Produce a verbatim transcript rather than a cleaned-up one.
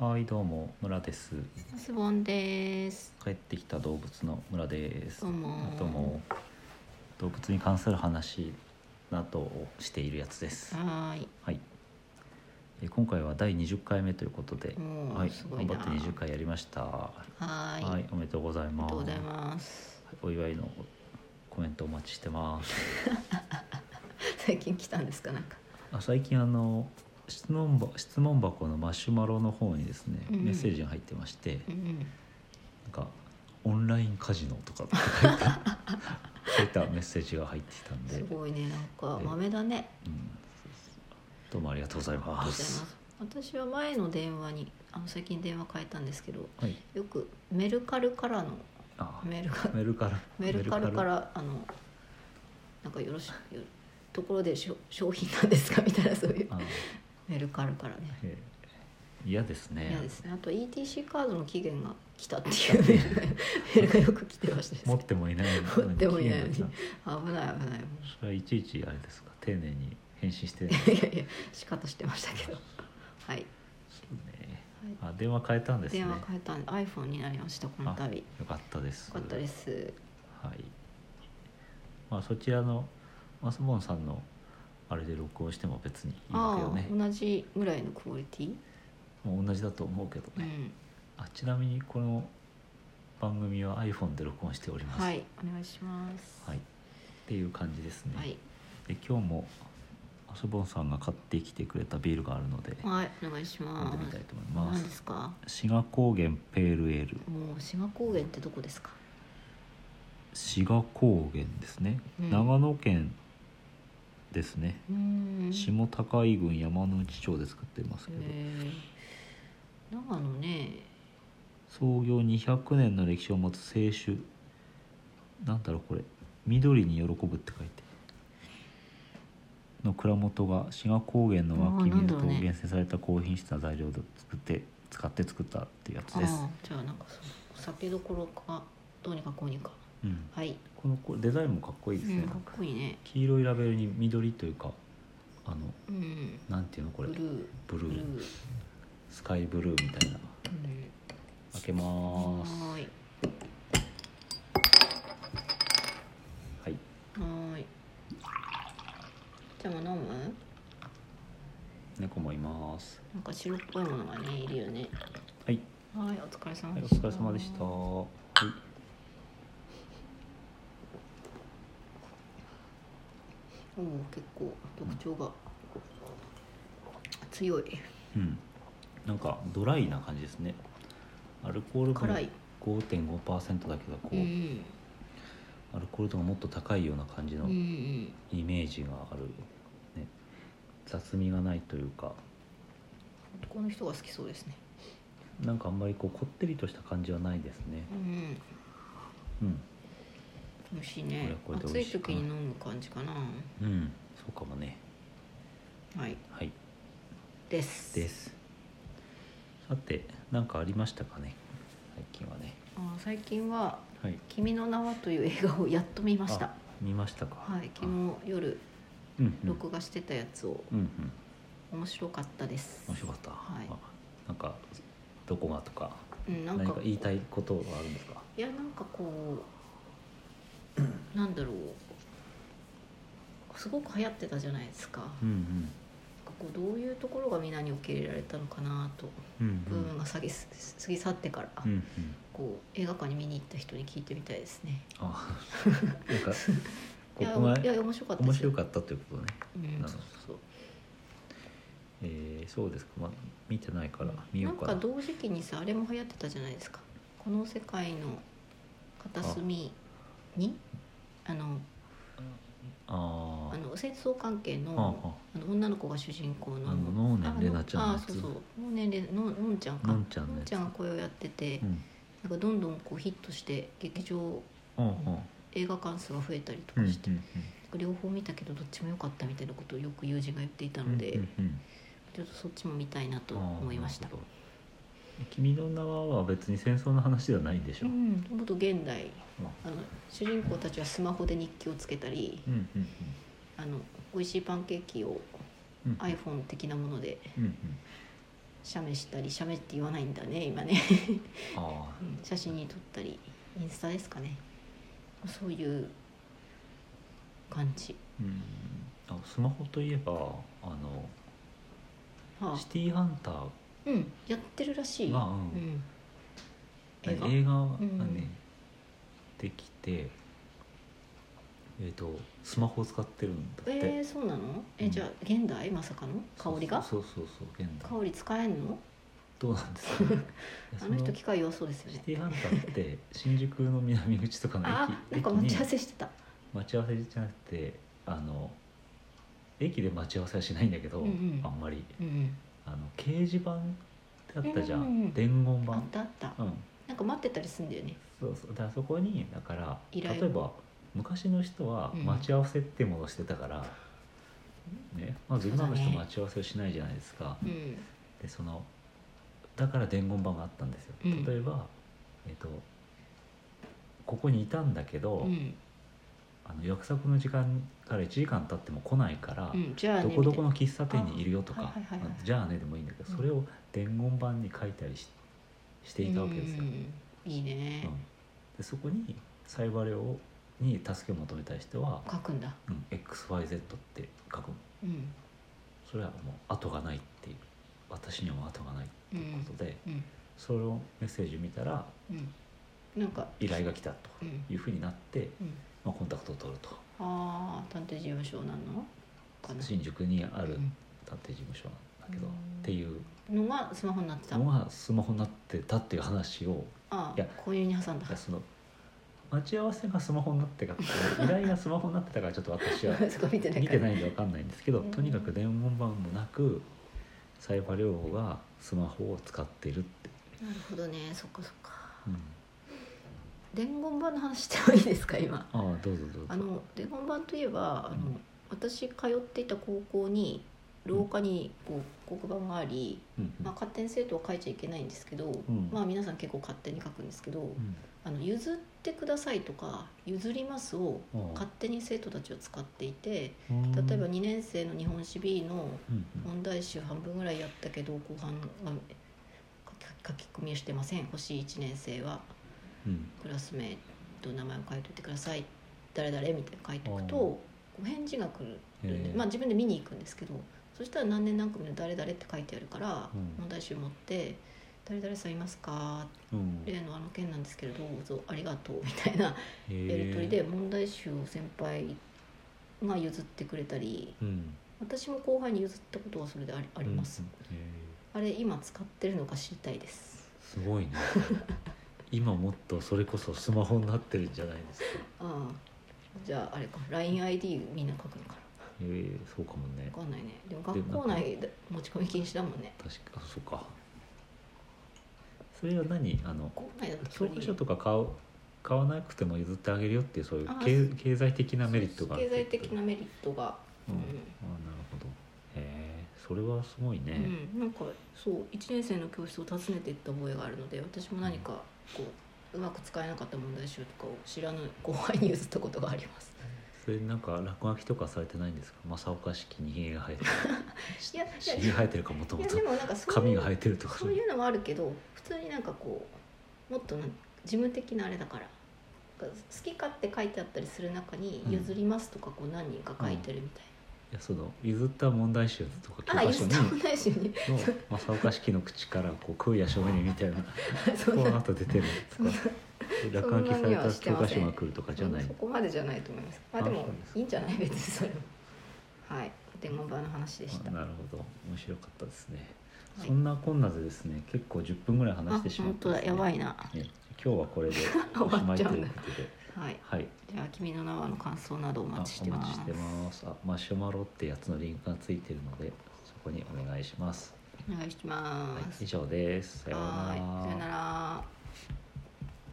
はい、どうも村です。 スボンです。 帰ってきた動物の村です。 どうもどうも。動物に関する話などをしているやつです。 はーい。 はい。え今回はだいにじゅっかいめということで、 もうはい、 すごいな。 頑張ってにじゅっかいやりました。ははーい。 はい、おめでとうございあります。 がとうございます。 はい、お祝いのコメントお待ちしてます。 最近来たんですかなんか。 あ、最近あの質問ば質問箱のマシュマロの方にですね、 うんメッセージが入ってまして、 うんうん。 なんかオンラインカジノとかって書いたそういったメッセージが入ってきたんで、 すごいね、なんか豆だね。 うん、どうもありがとうございありがとうまございますす。私は前の電話にあの最近電話変えたんですけど、 はい、 よくメルカルからのあメルカメルカルメルカルからあのなんかよろしよところでしょ商品なんですかみたいなそういうあメルカルからね。 えー嫌ですね。 嫌ですね。あと イーティーシー カードの期限が来たっていうメールがメールがよく来てましたです持ってもいない持ってもいないのに期限が危ない危ないそれはいちいちあれですか、丁寧に返信してるいやいや仕方してましたけどはい、 そうね、 はい、 あ電話変えたんですね。 電話変えたんで iPhone になりましたこの度。よよかったです。 かったです。 はい。まあそちらのマスボンさんのあれで録音しても別にいいわけよね。 ああ同じぐらいのクオリティ。 もう同じだと思うけどね。 うんあちなみにこの番組は iPhone で録音しております。 はいお願いします。 はい。っていう感じですね。 はいで今日もマスボンさんが買ってきてくれたビールがあるので、 はいお願いし飲ます。 んでみたいと思いま何す。 ですか。 志賀高原ペールエール。 もう志賀高原ってどこですか。 志賀高原ですね、 うん長野県ですね。 うーん下高井郡山ノ内町で作ってますけど、 へー長野ね。 創業にひゃくねんの歴史を持つ清酒、なんだろうこれ、緑に喜ぶって書いての蔵元が志賀高原の湧き水と厳選された高品質な材料を作って使って作ったっていうやつです。 ああじゃあなんかその酒どころかどうにかこうにか。 うん、 はい、 このこれデザインもかっこいいですね、 うん、かっこいいね。 黄色いラベルに緑というか、あのうんなんていうのこれ、 ブルーブルーブルー、 スカイブルーみたいな。 うん、 開けまーす。 はーいはい。 はーい。じゃあもう飲む。 猫もいます。 なんか白っぽいものがねいるよね。 はい。 はいお疲れ様はい、おでした。 疲れ様でした。はい。 おお結構特徴が強い。 うん。なんかドライな感じですね。アルコール分辛い。 ごてんごパーセント だけどこう、 うんアルコール度がもっと高いような感じのうんうイん。 メージがある、ね、雑味がないというか、 男の人が好きそうですね。 なんかあんまりこうこってりとした感じはないですね。 うんうん美味しいね。 これはこれ暑いで美味しいかな時に飲む感じかな。 うんそうかもね。 はいはいですですさて何かありましたかね最近はね。 あ最近ははい 「君の名は」という映画をやっと見ました。 あ見ましたか。 はい昨日夜うんうん録画してたやつを、 うんうん面白かったです。 面白かった。 はいあなんかどこがとかうんなんか何か言いたいことはあるんですか。 いやなんかこうなんだろうすごく流行ってたじゃないですか。 うんうんなんかこうどういうところがみんなに受け入れられたのかなと、 うんうんブームが過ぎ過ぎ去ってから、 うんうんこう映画館に見に行った人に聞いてみたいですね。 あなんかいやここがいや面白かったですよ。 面白かったということね。 うんなるほどそうそうえー、そうですか、まあ、見てないから見なんようかな。 か同時期にさあれも流行ってたじゃないですか。この世界の片隅にあのああの戦争関係のはあはあの女の子が主人公のあの能年玲奈ちゃんのあやつそうそう能年玲ののんちゃんかのんちゃんのやつちゃんが声をやってて、 うんなんかどんどんこうヒットして劇場うんうん映画館数が増えたりとうんうんかして、両方見たけどどっちも良かったみたいなことをよく友人が言っていたので、 うんうんうんちょっとそっちも見たいなと思いました。 あーなるほど。君の名は別に戦争の話ではないんでしょ。 ううんん、もっと現代あの主人公たちはスマホで日記をつけたり、 うんうんあの美味しいパンケーキをうん iPhone 的なものでうんうん写メしたり、写メって言わないんだね今ねあうん写真に撮ったり、インスタですかね、そういう感じ。 うんあスマホといえばあのはあ、 シティーハンターうんやってるらしい。 が、うんうん映画映画がうんね、できて、えー、とスマホを使ってるんだって。 えー、そうなの？え、 うんじゃあ現代まさかの香りがそうそうそうそう現代香り使えんの？ どうなんですかねあの人機械弱そうですよね。 シティーハンターって新宿の南口とかのあ駅なんか待ち合わ駅にせしてた。 待ち合わせじゃなくてあの駅で待ち合わせはしないんだけど、 うんうんあんまりうんあの掲示板ってあったじゃん、 うんうんうん伝言板あったあった、 うんなんか待ってたりするんだよね。 そうそうだからそこにだから依頼を例えば昔の人はうん待ち合わせってものをしてたから、ねまず今の人そうだね待ち合わせをしないじゃないですか、 うんでそのだから伝言板があったんですよ、 うん例えば、えっとここにいたんだけど、 うんあの約束の時間からいちじかん経っても来ないから、 うんじゃあねどこどこみの喫茶店にいるよとか、 あはいはいはいはいじゃあねでもいいんだけど、 うんそれを伝言板に書いたりししていたわけですよ、 うんいいね、 うんでそこにサイバレオに助けを求めたい人は、 書くんだ。 うん、エックスワイゼット って書く。 うんそれはもう後がないっていう私にはもう後がないっていうことで、 うんそれをメッセージ見たらうんなんか依頼が来たとうんいうふうになって、 うんまあ、コンタクトを取るとああ探偵事務所なのかな新宿にあるうん探偵事務所なんだけど、 うんっていうのがスマホになってた。 のがスマホになってたっていう話をあいやあこういうに挟んだいやその待ち合わせがスマホになってかって依頼がスマホになってたからちょっと私はそこ見てない見からてないんで分かんないんですけど、 うんとにかく伝言板もなくサイバレオがスマホを使っているって、 なるほどね、そっかそっか。 うん、 伝言板の話してもいいですか今。 ああどうぞどうぞ。 あの伝言板といえばあの、 うん私通っていた高校に廊下にこう黒板があり、 うんうんまあ、勝手に生徒は書いちゃいけないんですけど、 んまあ皆さん結構勝手に書くんですけど、 うんあの譲ってくださいとか譲りますをああ勝手に生徒たちは使っていて、 うん例えばにねん生の日本史 B のうん問題集半分ぐらいやったけど後半は書き書き込みをしてません、星いちねん生はうんクラスメイトの名前を書いといてください、誰々みたいな書いておくとああお返事が来るんで、 へえまあ自分で見に行くんですけど、そしたら何年何組の誰々って書いてあるから、 うん問題集持って「誰々さんいますか?」 うん例のあの件なんですけれどどうぞありがとうみたいなやり取りで問題集を先輩が譲ってくれたり、 うん私も後輩に譲ったことはそれでありあります、 うんへえあれ今使ってるのか知りたいです。 すごいね今もっとそれこそスマホになってるんじゃないですか。 ああじゃああれか ラインアイディー みんな書くのかええそうかもね。 な分かんないね。でも学校内で持ち込み禁止だもんね。 確かあそうか。それは何あの学校内だと教科書とか買う買わなくても譲ってあげるよっていうそういうあ経経済的なメリットがある経済的なメリットが、 うん、あなるほど。へえそれはすごいね。 うん、なんかそういちねん生の教室を訪ねていった覚えがあるので、私も何かこううまく使えなかった問題集とかを知らぬ後輩に譲ったことがあります。 それなんか落書きとかされてないんですか。正岡式にひげが生えてるいやいやひげ生えてるかもともといやでもなんかそういう髪が生えてるとかそういうのもあるけど、普通になんかこうもっとなん事務的なあれだから好き勝手書いてあったりする中にうん譲りますとかこう何人か書いてるみたいいやその譲った問題集とか教な、あ科書に譲った問題集にの正岡式の口からこう空や正面にみたいなこうそんなあと出てるとか落書きされた教科書が来るとかじゃない。 そこまでじゃないと思います。まあでもあそうですいいんじゃない別にそれも。はい、伝言板の話でした。 あなるほど面白かったですね、 はいそんなこんなでですね結構じゅっぷんぐらい話あしてしまっ本当だたですねやばいな。 ね今日はこれでおしまいということではい。 はいじゃあ君の名はの感想などおあ待ちしてます。 お待ちしてますあマシュマロってやつのリンクがついてるのでそこにお願いします、 お願いしはいま、す。 以上ですさようならはいさよなら。